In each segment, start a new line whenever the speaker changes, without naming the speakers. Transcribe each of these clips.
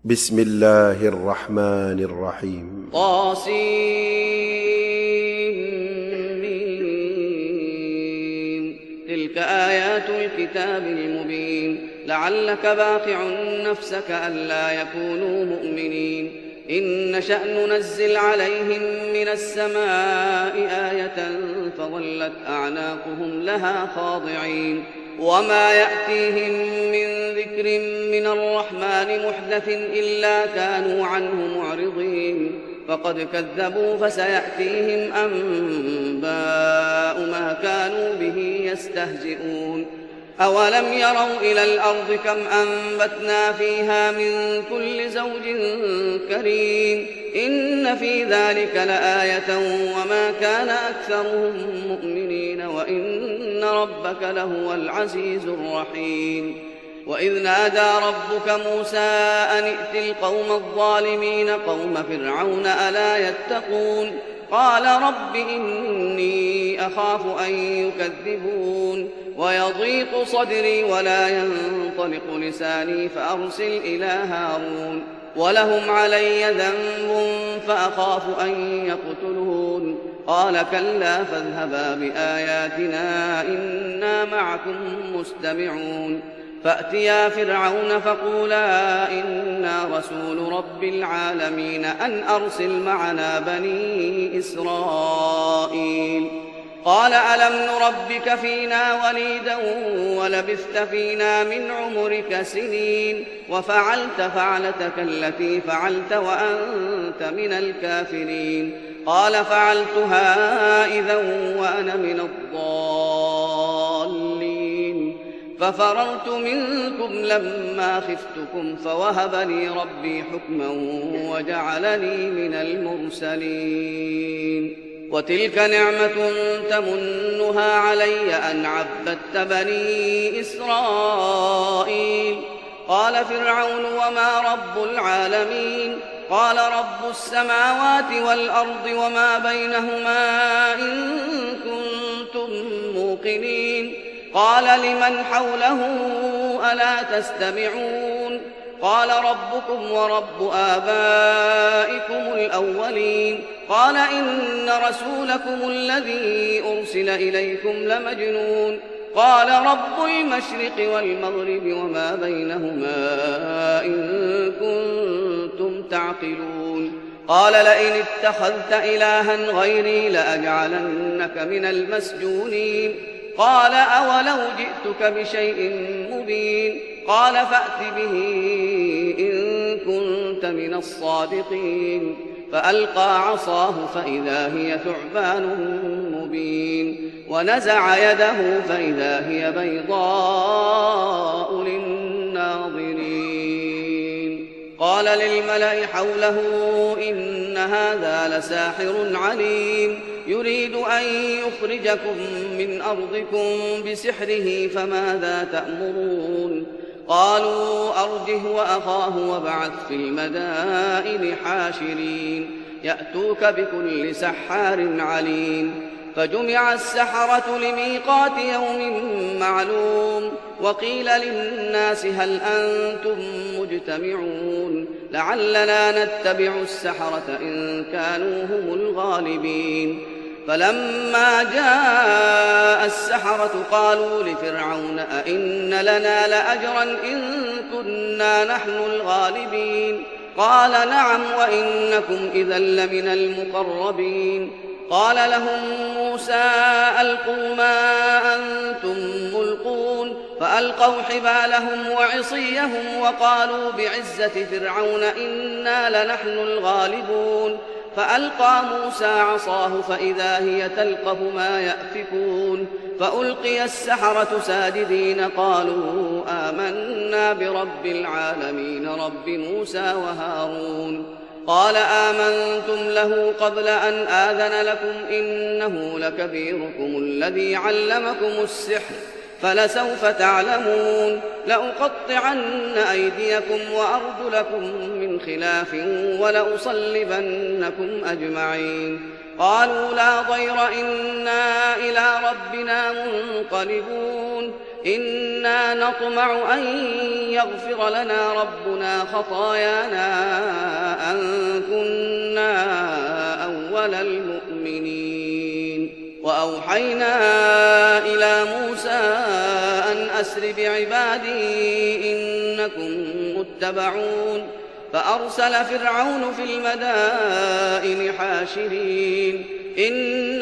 بسم الله الرحمن الرحيم
طاسمين. تلك آيات الكتاب المبين. لعلك باخع نفسك ألا يكونوا مؤمنين. إن نشأ ننزل عليهم من السماء آية فظلت أعناقهم لها خاضعين. وما يأتيهم من ذكر من الرحمن محدث إلا كانوا عنه معرضين. فقد كذبوا فسيأتيهم أنباء ما كانوا به يستهزئون. أولم يروا إلى الأرض كم أنبتنا فيها من كل زوج كريم. إن في ذلك لآية وما كان أكثرهم مؤمنين وإن ربك لهو العزيز الرحيم. وإذ نادى ربك موسى أن ائت القوم الظالمين قوم فرعون ألا يتقون. قال رب إني أخاف أن يكذبون ويضيق صدري ولا ينطلق لساني فأرسل إلى هارون ولهم علي ذنب فأخاف أن يقتلون. قال كلا فاذهبا بآياتنا إنا معكم مستمعون. فأتيا فرعون فقولا إنا رسول رب العالمين أن أرسل معنا بني إسرائيل. قال ألم نربك فينا وليدا ولبثت فينا من عمرك سنين وفعلت فعلتك التي فعلت وأنت من الكافرين. قال فعلتها إذا وأنا من الضالين. ففررت منكم لما خفتكم فوهب لي ربي حكما وجعلني من المرسلين. وتلك نعمة تمنها علي أن عبدت بني إسرائيل. قال فرعون وما رب العالمين. قال رب السماوات والأرض وما بينهما إن كنتم موقنين. قال لمن حوله ألا تستمعون. قال ربكم ورب آبائكم الأولين. قال إن رسولكم الذي أرسل إليكم لمجنون. قال رب المشرق والمغرب وما بينهما إن كنتم تعقلون. قال لئن اتخذت إلها غيري لأجعلنك من المسجونين. قال أولو جئتك بشيء مبين. قال فأت به إن كنت من الصادقين. فألقى عصاه فإذا هي ثعبان مبين. ونزع يده فإذا هي بيضاء للناظرين. قال للملأ حوله إن هذا لساحر عليم يريد أن يخرجكم من أرضكم بسحره فماذا تأمرون. قالوا أرجه وأخاه وابعث في المدائن حاشرين يأتوك بكل سحار عليم. فجمع السحرة لميقات يوم معلوم. وقيل للناس هل أنتم مجتمعون لعلنا نتبع السحرة إن كانوا هم الغالبين. فلما جاء السحرة قالوا لفرعون أئن لنا لأجرا إن كنا نحن الغالبين. قال نعم وإنكم إذا لمن المقربين. قال لهم موسى ألقوا ما أنتم ملقون. فألقوا حبالهم وعصيهم وقالوا بعزة فرعون إنا لنحن الغالبون. فألقى موسى عصاه فإذا هي تلقف ما يأفكون. فألقي السحرة ساجدين قالوا آمنا برب العالمين رب موسى وهارون. قال آمنتم له قبل أن آذن لكم إنه لكبيركم الذي علمكم السحر فلسوف تعلمون. لأقطعن أيديكم وأرجلكم من خلاف ولأصلبنكم أجمعين. قالوا لا ضير إنا إلى ربنا منقلبون. إنا نطمع أن يغفر لنا ربنا خطايانا أن كنا أول المؤمنين. وأوحينا إلى موسى أن أسر بعبادي إنكم متبعون. فأرسل فرعون في المدائن حاشرين إن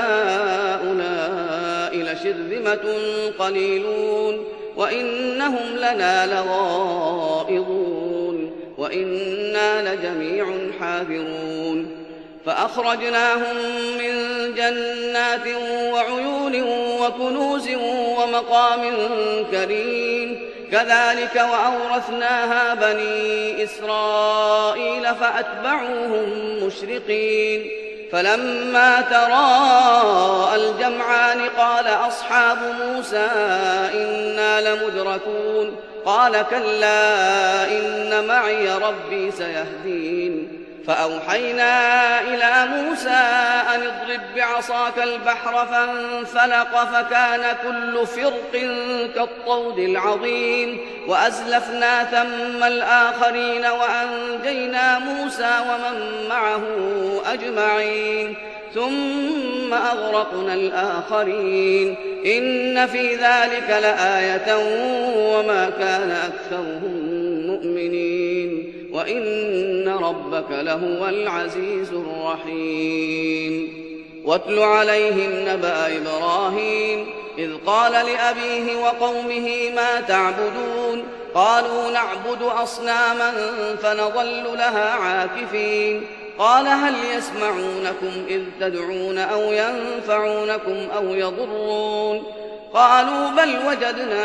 هؤلاء لشرذمة قليلون وإنهم لنا لغائظون وإنا لجميع حاذرون. فأخرجناهم من جنات وعيون وكنوز ومقام كريم كذلك وأورثناها بني إسرائيل فأتبعوهم مشرقين. فلما تراءى الجمعان قال أصحاب موسى إنا لمدركون قال كلا إن معي ربي سيهدين. فأوحينا إلى موسى أن اضرب بعصاك البحر فانفلق فكان كل فرق كالطود العظيم وأزلفنا ثم الآخرين وأنجينا موسى ومن معه أجمعين ثم أغرقنا الآخرين إن في ذلك لآية وما كان أكثرهم مؤمنين وإن ربك لهو العزيز الرحيم. واتل عليهم نبأ إبراهيم إذ قال لأبيه وقومه ما تعبدون قالوا نعبد أصناما فنظل لها عاكفين قال هل يسمعونكم إذ تدعون أو ينفعونكم أو يضرون قالوا بل وجدنا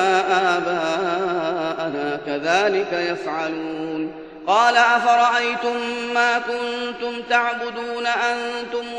آباءنا كذلك يفعلون قال أفرأيتم ما كنتم تعبدون أنتم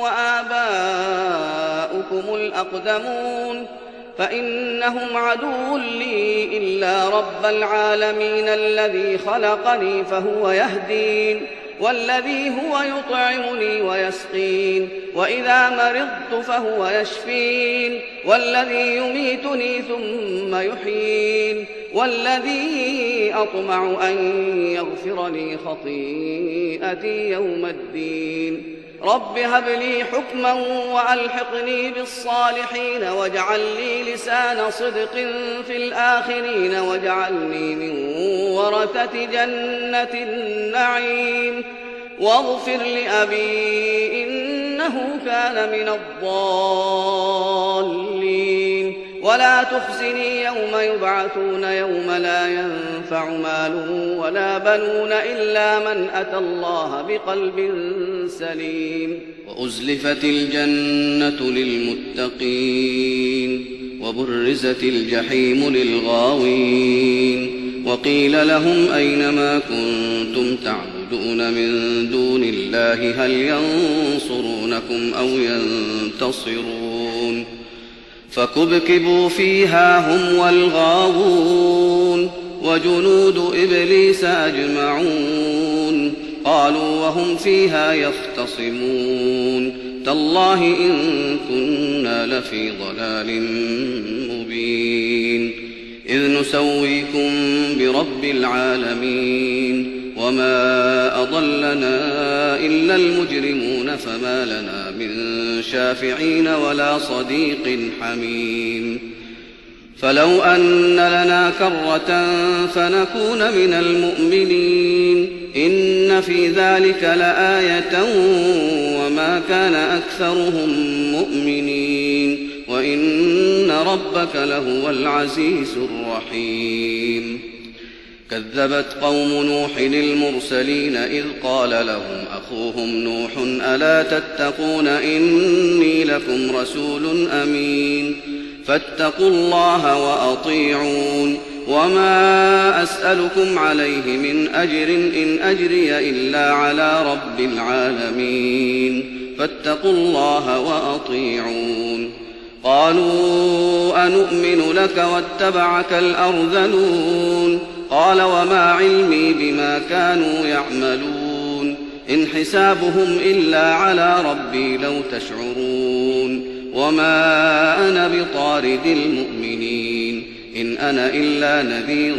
وآباؤكم الأقدمون فإنهم عدو لي إلا رب العالمين الذي خلقني فهو يهدين والذي هو يطعمني ويسقين وإذا مرضت فهو يشفين والذي يميتني ثم يحيين والذي أطمع أن يغفر لي خطيئتي يوم الدين رب هب لي حكما وألحقني بالصالحين واجعل لي لسان صدق في الآخرين واجعلني من ورثة جنة النعيم واغفر لأبي إنه كان من الضالين ولا تخزني يوم يبعثون يوم لا ينفع مال ولا بنون إلا من أتى الله بقلب سليم. وأزلفت الجنة للمتقين وبرزت الجحيم للغاوين وقيل لهم أين ما كنتم تعبدون من دون الله هل ينصرونكم أو ينتصرون فكبكبوا فيها هم والغاوون وجنود إبليس أجمعون قالوا وهم فيها يختصمون تالله إن كنا لفي ضلال مبين إذ نسويكم برب العالمين وما أضلنا إلا المجرمون فما لنا من شافعين ولا صديق حميم فلو أن لنا كرة فنكون من المؤمنين إن في ذلك لآية وما كان أكثرهم مؤمنين وإن ربك لهو العزيز الرحيم. كذبت قوم نوح المرسلين إذ قال لهم أخوهم نوح ألا تتقون إني لكم رسول أمين فاتقوا الله وأطيعون وما أسألكم عليه من أجر إن أجري إلا على رب العالمين فاتقوا الله وأطيعون. قالوا أنؤمن لك واتبعك الأرذلون قال وما علمي بما كانوا يعملون إن حسابهم إلا على ربي لو تشعرون وما أنا بطارد المؤمنين إن أنا إلا نذير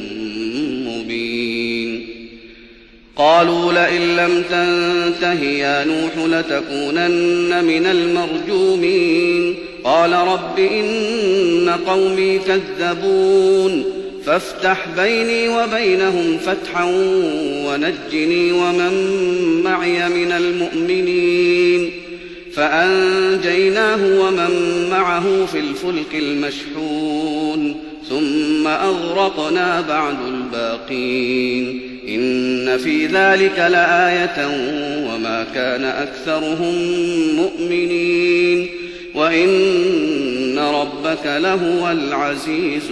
مبين. قالوا لئن لم تنته يا نوح لتكونن من المرجومين. قال رب إن قومي كذبون فافتح بيني وبينهم فتحا ونجني ومن معي من المؤمنين. فأنجيناه ومن معه في الفلك المشحون ثم أغرقنا بعد الباقين. إن في ذلك لآية وما كان أكثرهم مؤمنين وإن ربك لهو العزيز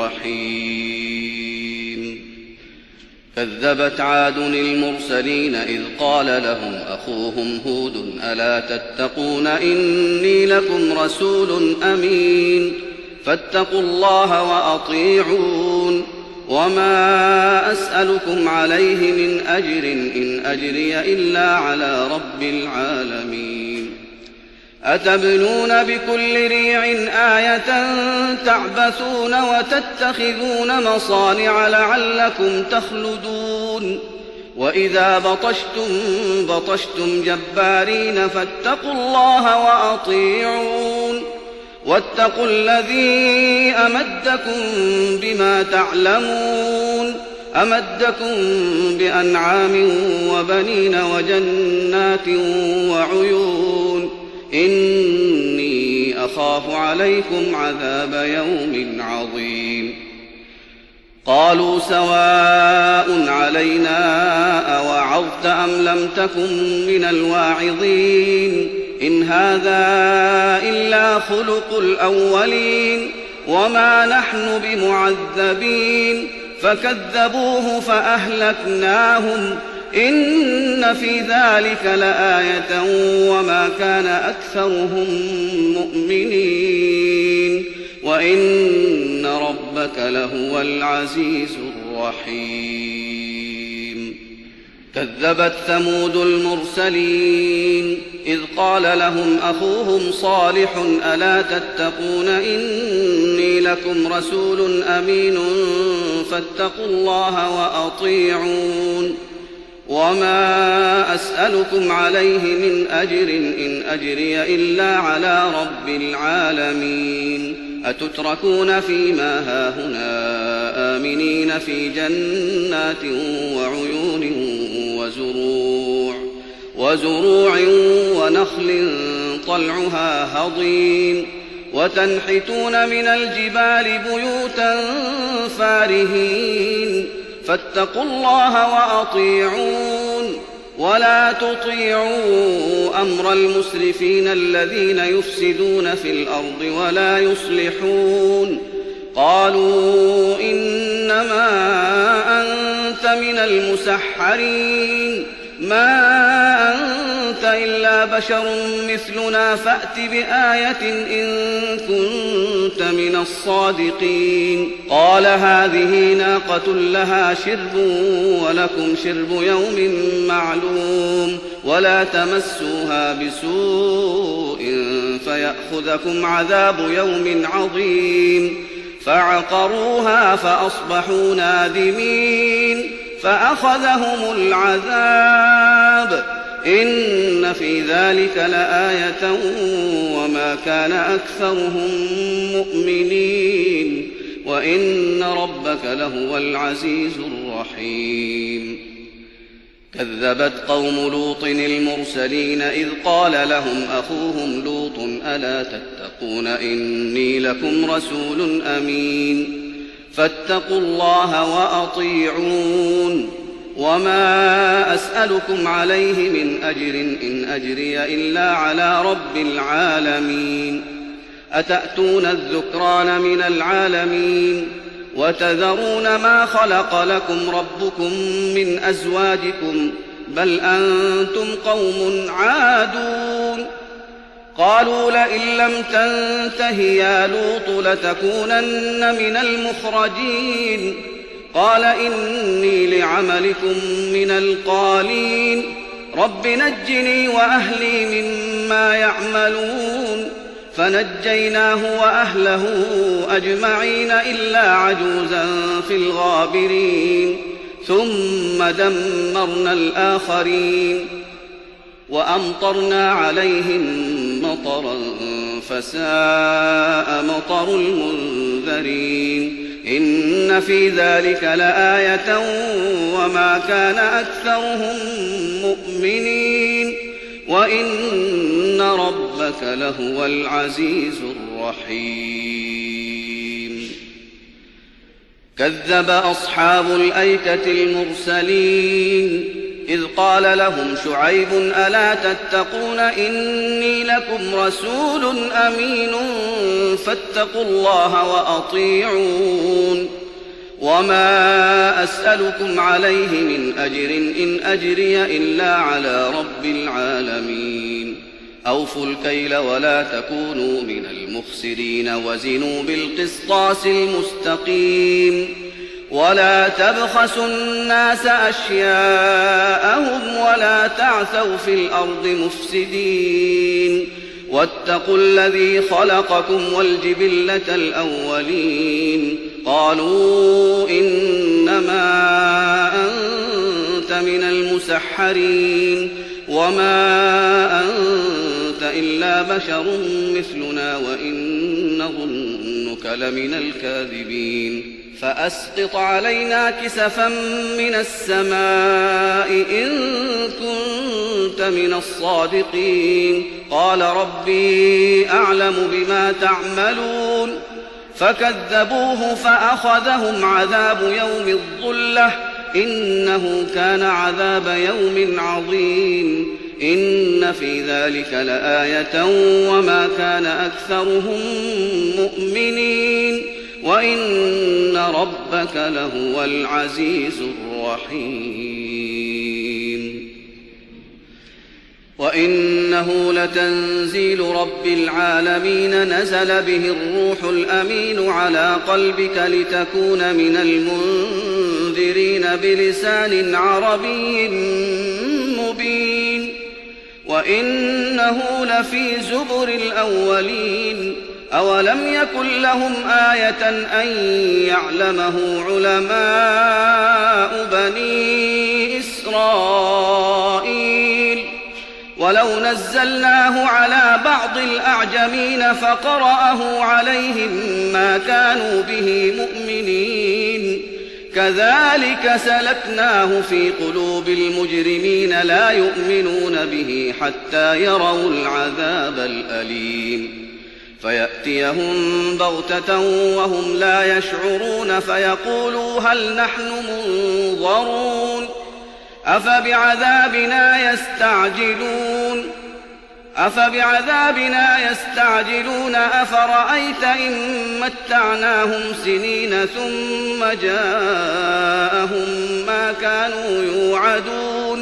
الرحيم. كذبت عاد المرسلين إذ قال لهم أخوهم هود ألا تتقون إني لكم رسول أمين فاتقوا الله وأطيعون. وما أسألكم عليه من أجر إن أجري إلا على رب العالمين. أتبنون بكل ريع آية تعبثون وتتخذون مصانع لعلكم تخلدون. وإذا بطشتم جبارين فاتقوا الله وأطيعون. واتقوا الذي أمدكم بما تعلمون أمدكم بأنعام وبنين وجنات وعيون. إني أخاف عليكم عذاب يوم عظيم. قالوا سواء علينا أوعظت أم لم تكن من الواعظين. إن هذا إلا خلق الأولين وما نحن بمعذبين. فكذبوه فأهلكناهم إن في ذلك لآية وما كان أكثرهم مؤمنين وإن ربك لهو العزيز الرحيم. كذبت ثمود المرسلين إذ قال لهم أخوهم صالح ألا تتقون إني لكم رسول أمين فاتقوا الله وأطيعون. وما أسألكم عليه من أجر إن أجري إلا على رب العالمين. أتتركون فيما هاهنا آمنين في جنات وعيون وزروع ونخل طلعها هضيم وتنحتون من الجبال بيوتا فارهين. فاتقوا الله وأطيعون ولا تطيعوا أمر المسرفين الذين يفسدون في الأرض ولا يصلحون. قالوا إنما أنت من المسحرين ما أنت إلا بشر مثلنا فأت بآية إن كنت من الصادقين. قال هذه ناقة لها شرب ولكم شرب يوم معلوم ولا تمسوها بسوء فيأخذكم عذاب يوم عظيم. فعقروها فأصبحوا نادمين فأخذهم العذاب إن في ذلك لآية وما كان أكثرهم مؤمنين وإن ربك لهو العزيز الرحيم. كذبت قوم لوط المرسلين إذ قال لهم أخوهم لوط ألا تتقون إني لكم رسول أمين فاتقوا الله وأطيعون. وما أسألكم عليه من أجر إن أجري إلا على رب العالمين. أتأتون الذكران من العالمين وتذرون ما خلق لكم ربكم من أزواجكم بل أنتم قوم عادون. قالوا لئن لم تنته يا لوط لتكونن من المخرجين. قال إني لعملكم من القالين رب نجني وأهلي مما يعملون. فنجيناه وأهله أجمعين إلا عجوزا في الغابرين ثم دمرنا الآخرين وأمطرنا عليهم مطرا فساء مطر المنذرين إن في ذلك لآية وما كان أكثرهم مؤمنين وإن ربك لهو العزيز الرحيم كذب أصحاب الأيكة المرسلين إذ قال لهم شعيب ألا تتقون إني لكم رسول أمين فاتقوا الله وأطيعون وما أسألكم عليه من أجر إن أجري إلا على رب العالمين أوفوا الكيل ولا تكونوا من المخسرين وزنوا بالقسطاس المستقيم ولا تبخسوا الناس أشياءهم ولا تعثوا في الأرض مفسدين واتقوا الذي خلقكم والجبلة الأولين قالوا إنما أنت من المسحرين وما أنت إلا بشر مثلنا وإن نظنك لمن الكاذبين فأسقط علينا كسفا من السماء إن كنت من الصادقين قال ربي أعلم بما تعملون فكذبوه فأخذهم عذاب يوم الظلة إنه كان عذاب يوم عظيم إن في ذلك لآية وما كان أكثرهم مؤمنين وإن ربك لهو العزيز الرحيم وإنه لتنزيل رب العالمين نزل به الروح الأمين على قلبك لتكون من المنذرين بلسان عربي مبين وإنه لفي زبر الأولين أولم يكن لهم آية أن يعلمه علماء بني إسرائيل ولو نزلناه على بعض الأعجمين فقرأه عليهم ما كانوا به مؤمنين كذلك سلكناه في قلوب المجرمين لا يؤمنون به حتى يروا العذاب الأليم فيأتيهم بغتة وهم لا يشعرون فيقولوا هل نحن منظرون أفبعذابنا يستعجلون أفرأيت إن متعناهم سنين ثم جاءهم ما كانوا يوعدون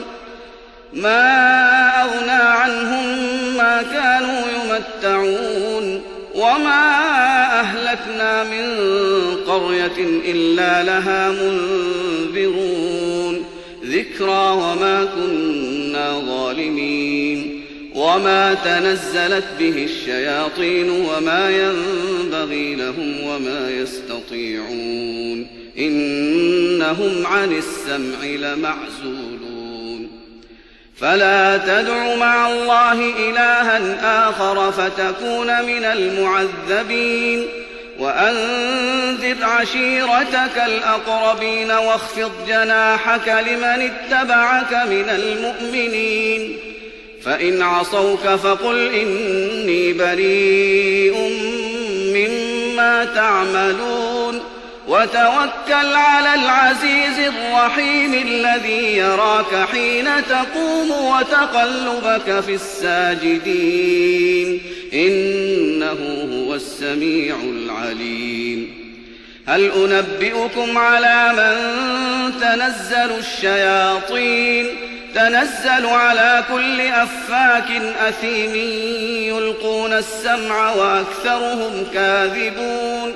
ما أغنى عنهم ما كانوا يمتعون وما أهلكنا من قرية إلا لها منذرون ذكرى وما كنا ظالمين وما تنزلت به الشياطين وما ينبغي لهم وما يستطيعون إنهم عن السمع لمعزولون فلا تدع مع الله إلها آخر فتكون من المعذبين وأنذر عشيرتك الأقربين واخفض جناحك لمن اتبعك من المؤمنين فإن عصوك فقل إني بريء مما تعملون وتوكل على العزيز الرحيم الذي يراك حين تقوم وتقلبك في الساجدين إنه هو السميع العليم هل أنبئكم على من تنزل الشياطين تنزل على كل أفاك أثيم يلقون السمع وأكثرهم كاذبون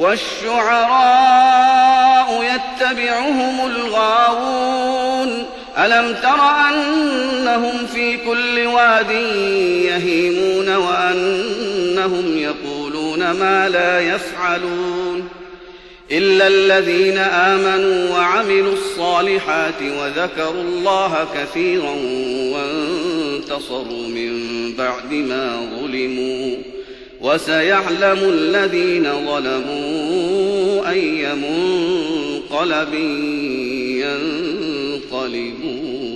والشعراء يتبعهم الغاوون ألم تر أنهم في كل واد يهيمون وأنهم يقولون ما لا يفعلون إلا الذين آمنوا وعملوا الصالحات وذكروا الله كثيرا وانتصروا من بعد ما ظلموا وسيعلم الذين ظلموا أي منقلب ينقلبون.